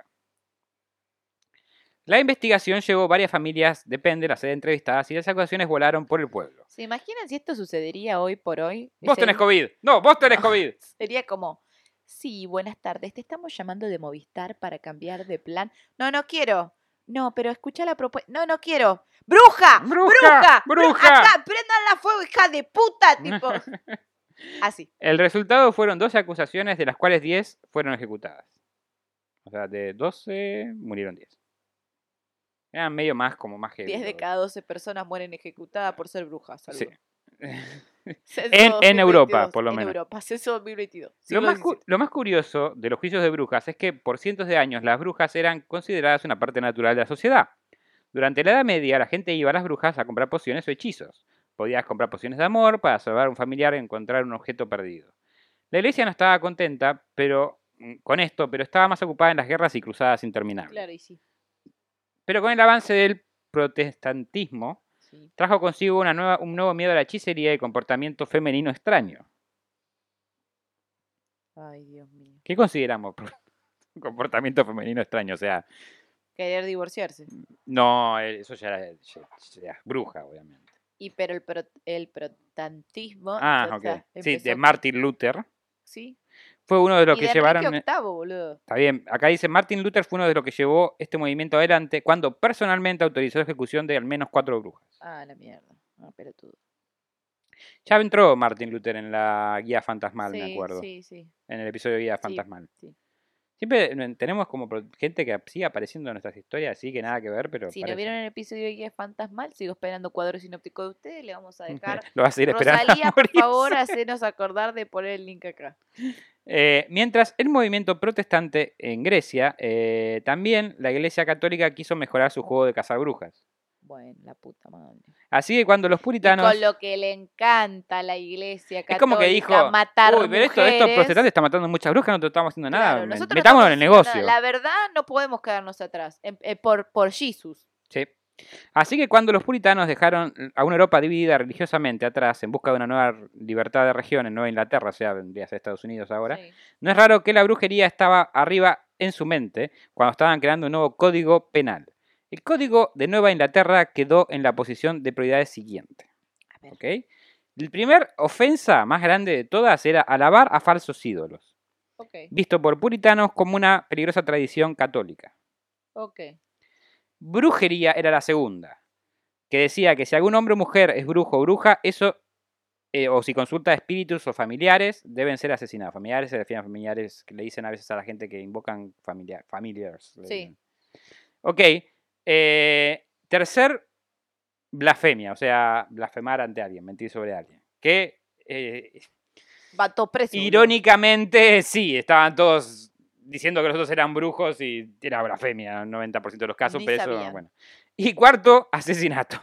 Speaker 3: La investigación llevó varias familias de Pendle a ser entrevistadas y las acusaciones volaron por el pueblo.
Speaker 4: ¿Se imaginan si esto sucedería hoy por hoy?
Speaker 3: Vos
Speaker 4: Sería-
Speaker 3: tenés COVID. No, vos tenés COVID.
Speaker 4: Sería como, sí, buenas tardes, te estamos llamando de Movistar para cambiar de plan. No, no quiero. No, pero escucha la propuesta. No, no quiero. ¡Bruja!
Speaker 3: ¡Bruja!
Speaker 4: ¡Bruja!
Speaker 3: ¡Bruja!
Speaker 4: ¡Acá! ¡Prendan fuego, hija de puta! Tipo. Así.
Speaker 3: El resultado fueron doce acusaciones, de las cuales diez fueron ejecutadas. O sea, de doce murieron diez. Eran medio más, como más heavy.
Speaker 4: diez de
Speaker 3: todo.
Speaker 4: cada doce personas mueren ejecutadas por ser brujas.
Speaker 3: Sí.
Speaker 4: Saludos. Censo
Speaker 3: En- en
Speaker 4: dos mil
Speaker 3: Europa,
Speaker 4: veintidós,
Speaker 3: por lo
Speaker 4: en
Speaker 3: menos.
Speaker 4: Europa, censo dos mil veintidós.
Speaker 3: Lo
Speaker 4: siglo
Speaker 3: más, cu-
Speaker 4: diecisiete.
Speaker 3: lo más curioso de los juicios de brujas es que por cientos de años las brujas eran consideradas una parte natural de la sociedad. Durante la Edad Media la gente iba a las brujas a comprar pociones o hechizos. Podías comprar pociones de amor para salvar a un familiar y encontrar un objeto perdido. La iglesia no estaba contenta pero, mm, con esto, pero estaba más ocupada en las guerras y cruzadas interminables.
Speaker 4: Claro, y sí.
Speaker 3: Pero con el avance del protestantismo,
Speaker 4: sí.
Speaker 3: trajo consigo una nueva, un nuevo miedo a la hechicería y comportamiento femenino extraño.
Speaker 4: Ay, Dios mío.
Speaker 3: ¿Qué consideramos por un comportamiento femenino extraño? O sea,
Speaker 4: Querer divorciarse.
Speaker 3: no, eh, eso ya era, ya- ya era bruja, obviamente.
Speaker 4: Y pero el, pro- el protestantismo.
Speaker 3: Ah,
Speaker 4: o
Speaker 3: ok.
Speaker 4: sea,
Speaker 3: Sí, de
Speaker 4: empezó-
Speaker 3: Martin Luther.
Speaker 4: Sí.
Speaker 3: Fue uno de los
Speaker 4: y
Speaker 3: que
Speaker 4: de
Speaker 3: llevaron...
Speaker 4: Enrique octavo, boludo.
Speaker 3: Está bien, acá dice Martin Luther fue uno de los que llevó este movimiento adelante cuando personalmente autorizó la ejecución de al menos cuatro brujas.
Speaker 4: Ah, la mierda. Ah, pelotudo.
Speaker 3: Ya entró Martin Luther en la guía fantasmal,
Speaker 4: sí,
Speaker 3: me acuerdo.
Speaker 4: Sí, sí.
Speaker 3: En el episodio de guía
Speaker 4: Sí,
Speaker 3: fantasmal.
Speaker 4: sí.
Speaker 3: Siempre eh, tenemos como pro- gente que sigue apareciendo en nuestras historias, así que nada que ver, pero
Speaker 4: Si no
Speaker 3: aparece.
Speaker 4: vieron el episodio de Guía Fantasmal, sigo esperando cuadro sinóptico de ustedes. Le vamos a dejar.
Speaker 3: Lo vas a ir esperando. a
Speaker 4: Rosalía, por
Speaker 3: morirse.
Speaker 4: favor, hacenos acordar de poner el link acá.
Speaker 3: Eh, mientras el movimiento protestante en Grecia, eh, también la Iglesia Católica quiso mejorar su juego de cazar brujas.
Speaker 4: Bueno, la puta madre.
Speaker 3: Así que cuando los
Speaker 4: Y
Speaker 3: puritanos...
Speaker 4: con lo que le encanta a la iglesia católica,
Speaker 3: Es como que dijo,
Speaker 4: matar
Speaker 3: uy, pero esto, estos
Speaker 4: mujeres".
Speaker 3: protestantes están matando muchas brujas, no te estamos haciendo nada,
Speaker 4: Claro,
Speaker 3: me-
Speaker 4: nosotros no
Speaker 3: metámonos en el
Speaker 4: estamos haciendo
Speaker 3: negocio.
Speaker 4: nada. La verdad, no podemos quedarnos atrás. en- eh, por, por Jesus.
Speaker 3: Sí. Así que cuando los puritanos dejaron a una Europa dividida religiosamente atrás en busca de una nueva libertad de región en Nueva Inglaterra, o sea, vendría a ser Estados Unidos ahora,
Speaker 4: Sí.
Speaker 3: no es raro que la brujería estaba arriba en su mente cuando estaban creando un nuevo código penal. El código de Nueva Inglaterra quedó en la posición de prioridades siguiente.
Speaker 4: A ver.
Speaker 3: ¿Ok? La primera ofensa más grande de todas era alabar a falsos ídolos.
Speaker 4: Ok,
Speaker 3: visto por puritanos como una peligrosa tradición católica.
Speaker 4: ok.
Speaker 3: Brujería era la segunda, que decía que si algún hombre o mujer es brujo o bruja, eso, eh, o si consulta espíritus o familiares, deben ser asesinados. Familiares se refieren a familiares que le dicen a veces a la gente que invocan familiar, familiars. le
Speaker 4: Sí.
Speaker 3: dicen. Ok. eh, tercer, blasfemia, o sea, blasfemar ante alguien, mentir sobre alguien. Que, eh,
Speaker 4: Va todo preso. boludo.
Speaker 3: irónicamente, sí, estaban todos diciendo que los otros eran brujos y era blasfemia en el noventa por ciento de los casos,
Speaker 4: Ni
Speaker 3: pero eso,
Speaker 4: sabían.
Speaker 3: bueno. Y cuarto, asesinato.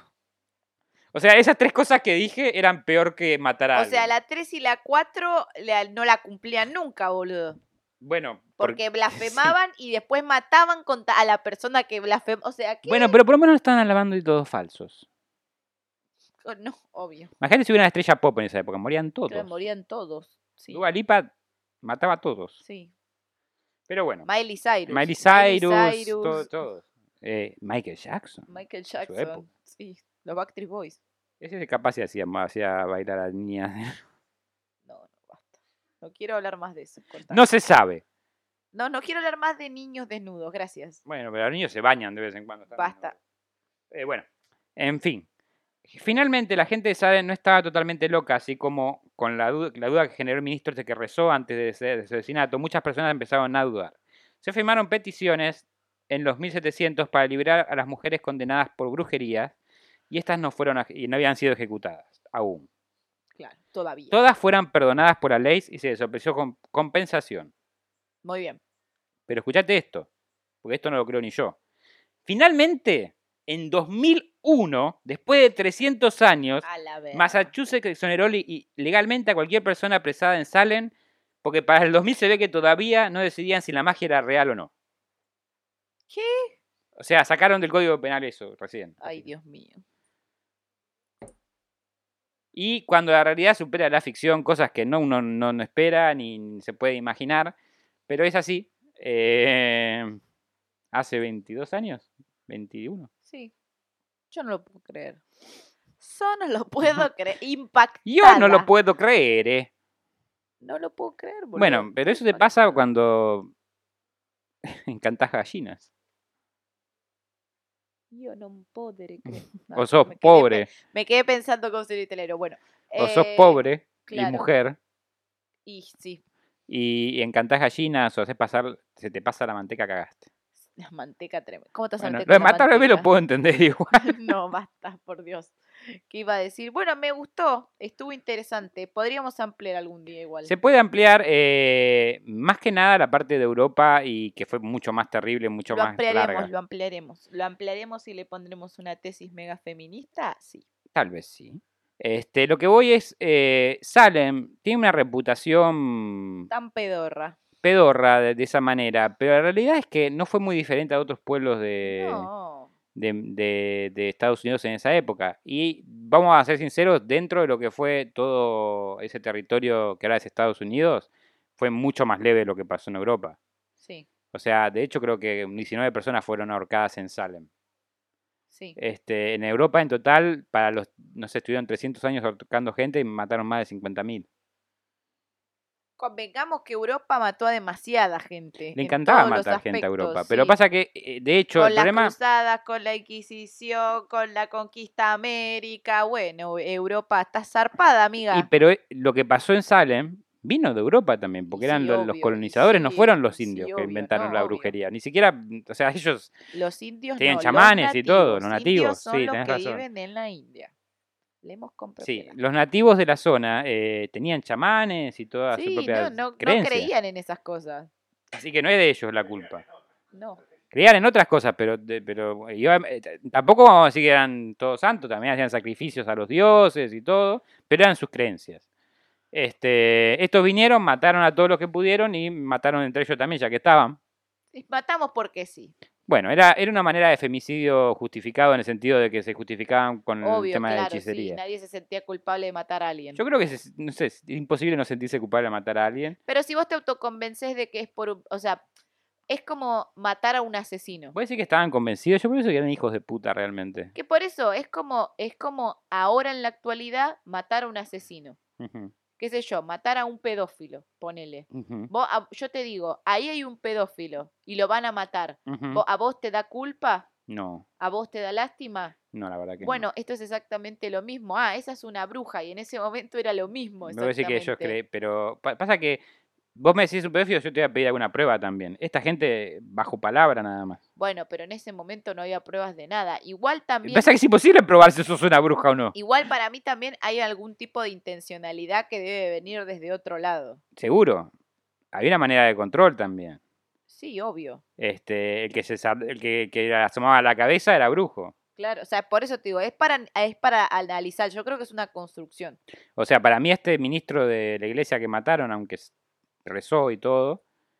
Speaker 3: O sea, esas tres cosas que dije eran peor que matar a
Speaker 4: O
Speaker 3: alguien.
Speaker 4: sea, la tres y la cuatro la- no la cumplían nunca, boludo.
Speaker 3: Bueno, por-
Speaker 4: Porque blasfemaban y después mataban contra a la persona que blasfemó. O sea, ¿qué?
Speaker 3: Bueno, pero por lo menos estaban alabando y todos falsos.
Speaker 4: Oh, no, obvio.
Speaker 3: Imagínate si hubiera una estrella pop en esa época, morían todos.
Speaker 4: Claro, morían todos. Sí,
Speaker 3: Dua Lipa mataba a todos.
Speaker 4: sí.
Speaker 3: Pero bueno,
Speaker 4: Miley Cyrus.
Speaker 3: Miley Cyrus,
Speaker 4: Cyrus,
Speaker 3: todo- todos. Eh, Michael Jackson.
Speaker 4: Michael
Speaker 3: época.
Speaker 4: Jackson. Sí, los Backstreet Boys.
Speaker 3: Ese es capaz si hacía, hacía bailar a niñas.
Speaker 4: No, no, basta. No quiero hablar más de eso. contame.
Speaker 3: No se sabe.
Speaker 4: No, no quiero hablar más de niños desnudos, gracias.
Speaker 3: Bueno, pero los niños se bañan de vez en cuando. están-
Speaker 4: Basta.
Speaker 3: Eh, bueno, en fin. Finalmente la gente de Salem no estaba totalmente loca, así como con la duda, la duda que generó el ministro este que rezó antes de ese, de ese asesinato, muchas personas empezaron a dudar. Se firmaron peticiones en los mil setecientos para liberar a las mujeres condenadas por brujería y estas no fueron a- y no habían sido ejecutadas aún.
Speaker 4: Claro, todavía.
Speaker 3: Todas fueron perdonadas por la ley y se les ofreció com- compensación.
Speaker 4: Muy bien.
Speaker 3: Pero escuchate esto, porque esto no lo creo ni yo. Finalmente, en dos mil uno, después de trescientos años,
Speaker 4: A la vez.
Speaker 3: Massachusetts exoneró li- y- legalmente a cualquier persona apresada en Salem, porque para el dos mil se ve que todavía no decidían si la magia era real o no.
Speaker 4: ¿Qué?
Speaker 3: O sea, sacaron del Código Penal eso recién.
Speaker 4: Ay, Dios mío.
Speaker 3: Y cuando la realidad supera la ficción, cosas que no uno no, no espera ni se puede imaginar, pero es así. eh, hace veintidós años, veintiuno.
Speaker 4: Sí. Yo no lo puedo creer. Yo no lo puedo creer. Impactada.
Speaker 3: Yo no lo puedo creer, eh.
Speaker 4: No lo puedo creer, boludo.
Speaker 3: Bueno, pero eso te
Speaker 4: Impactada.
Speaker 3: pasa cuando encantás gallinas.
Speaker 4: Yo no puedo creer. No,
Speaker 3: O sos
Speaker 4: me quedé
Speaker 3: pobre,
Speaker 4: pe- Me quedé pensando con ser italero. Bueno.
Speaker 3: o sos
Speaker 4: eh,
Speaker 3: pobre
Speaker 4: claro.
Speaker 3: y mujer,
Speaker 4: Y sí,
Speaker 3: y, y encantás gallinas o haces pasar, se te pasa la manteca, cagaste.
Speaker 4: la manteca tremenda. ¿Cómo te vas a
Speaker 3: Bueno,
Speaker 4: meter
Speaker 3: lo de
Speaker 4: con la
Speaker 3: matar bebé lo
Speaker 4: manteca?
Speaker 3: puedo entender igual.
Speaker 4: No, basta, por Dios. ¿Qué iba a decir? Bueno, me gustó, estuvo interesante. Podríamos ampliar algún día igual.
Speaker 3: Se puede ampliar eh, más que nada la parte de Europa y que fue mucho más terrible, mucho
Speaker 4: Lo
Speaker 3: más
Speaker 4: ampliaremos,
Speaker 3: larga.
Speaker 4: lo ampliaremos. Lo ampliaremos y le pondremos una tesis mega feminista, sí.
Speaker 3: Tal vez sí. Este, lo que voy es, eh, Salem tiene una reputación
Speaker 4: Tan pedorra.
Speaker 3: pedorra de, de esa manera, pero la realidad es que no fue muy diferente a otros pueblos de,
Speaker 4: No.
Speaker 3: de, de- de Estados Unidos en esa época. Y vamos a ser sinceros, dentro de lo que fue todo ese territorio que ahora es Estados Unidos, fue mucho más leve lo que pasó en Europa.
Speaker 4: Sí,
Speaker 3: O sea, de hecho creo que diecinueve personas fueron ahorcadas en Salem.
Speaker 4: sí.
Speaker 3: Este, en Europa en total, para los, no sé, estuvieron trescientos años ahorcando gente y mataron más de cincuenta mil.
Speaker 4: Convengamos que Europa mató a demasiada gente.
Speaker 3: Le
Speaker 4: en
Speaker 3: encantaba
Speaker 4: todos los
Speaker 3: matar gente a Europa.
Speaker 4: aspectos,
Speaker 3: Pero
Speaker 4: sí.
Speaker 3: pasa que, eh, de hecho,
Speaker 4: Con
Speaker 3: el
Speaker 4: las
Speaker 3: problema...
Speaker 4: cruzadas, con la Inquisición, con la conquista de América. Bueno, Europa está zarpada, amiga.
Speaker 3: Y, pero eh, lo que pasó en Salem vino de Europa también, porque
Speaker 4: Y
Speaker 3: eran
Speaker 4: sí,
Speaker 3: lo- los
Speaker 4: obvio, y
Speaker 3: colonizadores, no
Speaker 4: sí,
Speaker 3: fueron los
Speaker 4: sí,
Speaker 3: indios que
Speaker 4: obvio,
Speaker 3: inventaron
Speaker 4: no,
Speaker 3: la
Speaker 4: obvio.
Speaker 3: brujería. Ni siquiera, o sea, ellos...
Speaker 4: Los indios
Speaker 3: Tienen
Speaker 4: no, los
Speaker 3: chamanes y todo, los
Speaker 4: nativos.
Speaker 3: nativos,
Speaker 4: Indios son
Speaker 3: sí,
Speaker 4: los
Speaker 3: tenés
Speaker 4: que
Speaker 3: razón.
Speaker 4: viven en la India. Leemos con
Speaker 3: Sí,
Speaker 4: propiedad.
Speaker 3: los nativos de la zona eh, tenían chamanes y toda su
Speaker 4: Sí,
Speaker 3: propia
Speaker 4: no, no, no
Speaker 3: creencia.
Speaker 4: creían en esas cosas.
Speaker 3: Así que no es de ellos la culpa.
Speaker 4: No.
Speaker 3: Creían en otras cosas, pero, de- pero iba- eh, t- tampoco vamos a decir que eran todos santos, también hacían sacrificios a los dioses y todo, pero eran sus creencias. Este, estos vinieron, mataron a todos los que pudieron y mataron entre ellos también, ya que estaban.
Speaker 4: Y matamos porque sí.
Speaker 3: Bueno, era, era una manera de femicidio justificado en el sentido de que se justificaban con el
Speaker 4: Obvio,
Speaker 3: tema de la
Speaker 4: claro, sí.
Speaker 3: hechicería.
Speaker 4: Nadie se sentía culpable de matar a alguien.
Speaker 3: Yo creo que es, no sé, es imposible no sentirse culpable de matar a alguien.
Speaker 4: Pero si vos te autoconvences de que es por... un- O sea, es como matar a un asesino.
Speaker 3: Voy a decir que estaban convencidos, yo pienso que eran hijos de puta realmente.
Speaker 4: Que por eso es como, es como ahora en la actualidad matar a un asesino.
Speaker 3: Ujú.
Speaker 4: qué sé yo, matar a un pedófilo, ponele.
Speaker 3: Ujú,
Speaker 4: Vos, a- yo te digo, ahí hay un pedófilo y lo van a matar.
Speaker 3: ujú.
Speaker 4: Vo- ¿A vos te da culpa?
Speaker 3: No,
Speaker 4: ¿A vos te da lástima?
Speaker 3: no, la verdad que
Speaker 4: Bueno, esto es exactamente lo mismo. Ah, esa es una bruja y en ese momento era lo mismo.
Speaker 3: no. Me voy a decir que ellos
Speaker 4: Exactamente.
Speaker 3: creen, pero pa- pasa que vos me decís un pedófilo, yo te voy a pedir alguna prueba también. Esta gente bajo palabra nada más.
Speaker 4: Bueno, pero en ese momento no había pruebas de nada. Igual también,
Speaker 3: Pasa que es imposible probar si sos una bruja o no.
Speaker 4: igual para mí también hay algún tipo de intencionalidad que debe venir desde otro lado.
Speaker 3: Seguro. Había una manera de control también.
Speaker 4: Sí, obvio.
Speaker 3: Este, el que se sar- el que, que asomaba la cabeza era brujo.
Speaker 4: Claro, o sea, por eso te digo, es para, es para analizar. Yo creo que es una construcción.
Speaker 3: O sea, para mí este ministro de la iglesia que mataron, aunque s- rezó y todo,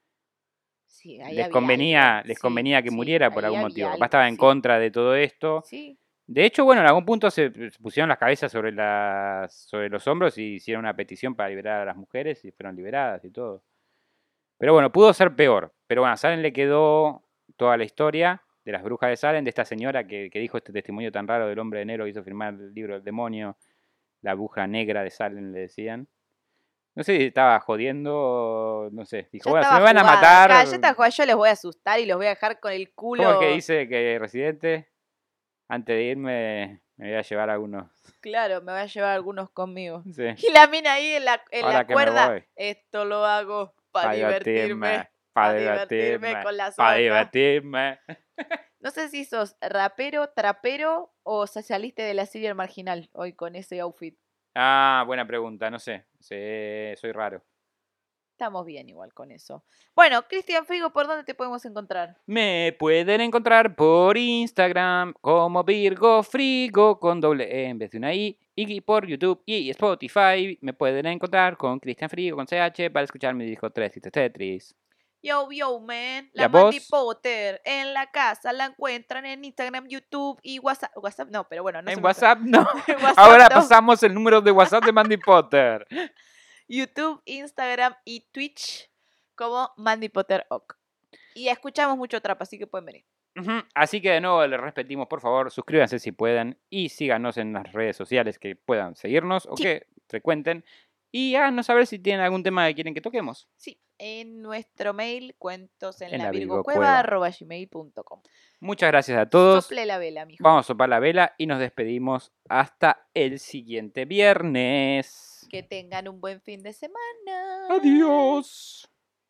Speaker 4: Sí, ahí
Speaker 3: les
Speaker 4: había
Speaker 3: convenía,
Speaker 4: algo.
Speaker 3: les
Speaker 4: Sí,
Speaker 3: convenía que
Speaker 4: sí,
Speaker 3: muriera por
Speaker 4: ahí
Speaker 3: algún
Speaker 4: había
Speaker 3: motivo.
Speaker 4: algo,
Speaker 3: Capaz estaba en
Speaker 4: sí.
Speaker 3: contra de todo esto.
Speaker 4: Sí,
Speaker 3: De hecho, bueno, en algún punto se se pusieron las cabezas sobre las, sobre los hombros y hicieron una petición para liberar a las mujeres y fueron liberadas y todo. Pero bueno, pudo ser peor. Pero bueno, a Salem le quedó toda la historia de las brujas de Salem, de esta señora que, que dijo este testimonio tan raro del hombre de negro que hizo firmar el libro del demonio, la bruja negra de Salem le decían. No sé si estaba jodiendo, o no sé. Dijo,
Speaker 4: ya
Speaker 3: bueno, se
Speaker 4: estaba
Speaker 3: me van a
Speaker 4: jugada.
Speaker 3: matar.
Speaker 4: Acá, ya está jugada, yo les voy a asustar y los voy a dejar con el culo.
Speaker 3: ¿Cómo es que dice que Residente? Antes de irme, me voy a llevar algunos.
Speaker 4: Claro, me voy a llevar algunos conmigo.
Speaker 3: Sí.
Speaker 4: Y la mina ahí en la, en
Speaker 3: Ahora
Speaker 4: la
Speaker 3: que me
Speaker 4: cuerda.
Speaker 3: voy.
Speaker 4: Esto lo hago para divertirme.
Speaker 3: Para
Speaker 4: pa'
Speaker 3: divertirme.
Speaker 4: divertirme con la
Speaker 3: Para
Speaker 4: sopa.
Speaker 3: divertirme.
Speaker 4: No sé si sos rapero, trapero o se saliste de la serie marginal hoy con ese outfit.
Speaker 3: Ah, buena pregunta, no sé. Sí, soy raro.
Speaker 4: Estamos bien igual con eso. Bueno, Cristian Frigo, ¿por dónde te podemos encontrar?
Speaker 3: Me pueden encontrar por Instagram como Virgo Frigo con doble E en vez de una I. Y por YouTube y Spotify me pueden encontrar con Cristian Frigo con C H para escuchar mi disco tres y Tetris.
Speaker 4: Yo, yo, man.
Speaker 3: ¿Y
Speaker 4: La
Speaker 3: a vos?
Speaker 4: Mandy Potter en la casa la encuentran en Instagram, YouTube y WhatsApp. WhatsApp no, pero bueno, no se
Speaker 3: En
Speaker 4: me-
Speaker 3: WhatsApp no.
Speaker 4: En WhatsApp
Speaker 3: Ahora
Speaker 4: no.
Speaker 3: pasamos el número de WhatsApp de Mandy Potter.
Speaker 4: YouTube, Instagram y Twitch como Mandy Potter Oc. Y escuchamos mucho trap, así que pueden venir.
Speaker 3: Ujú, así que de nuevo les repetimos, por favor, suscríbanse si pueden y síganos en las redes sociales que puedan seguirnos o
Speaker 4: Sí.
Speaker 3: que frecuenten y háganos saber si tienen algún tema que quieren que toquemos.
Speaker 4: Sí, en nuestro mail cuentos en,
Speaker 3: En
Speaker 4: la
Speaker 3: la
Speaker 4: virgo
Speaker 3: virgocueva.
Speaker 4: cueva arroba gmail punto com.
Speaker 3: Muchas gracias a todos.
Speaker 4: Sople la vela, mijo.
Speaker 3: Vamos a soplar la vela y nos despedimos hasta el siguiente viernes.
Speaker 4: Que tengan un buen fin de semana.
Speaker 3: Adiós.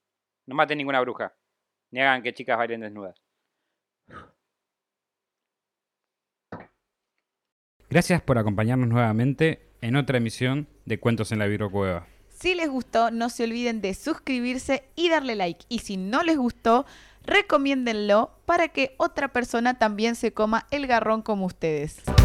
Speaker 3: No maten ninguna bruja. Ni hagan que chicas bailen desnudas. Gracias por acompañarnos nuevamente en otra emisión de Cuentos en la Virgocueva.
Speaker 4: Si les gustó, no se olviden de suscribirse y darle like. Y si no les gustó, recomiéndenlo para que otra persona también se coma el garrón como ustedes.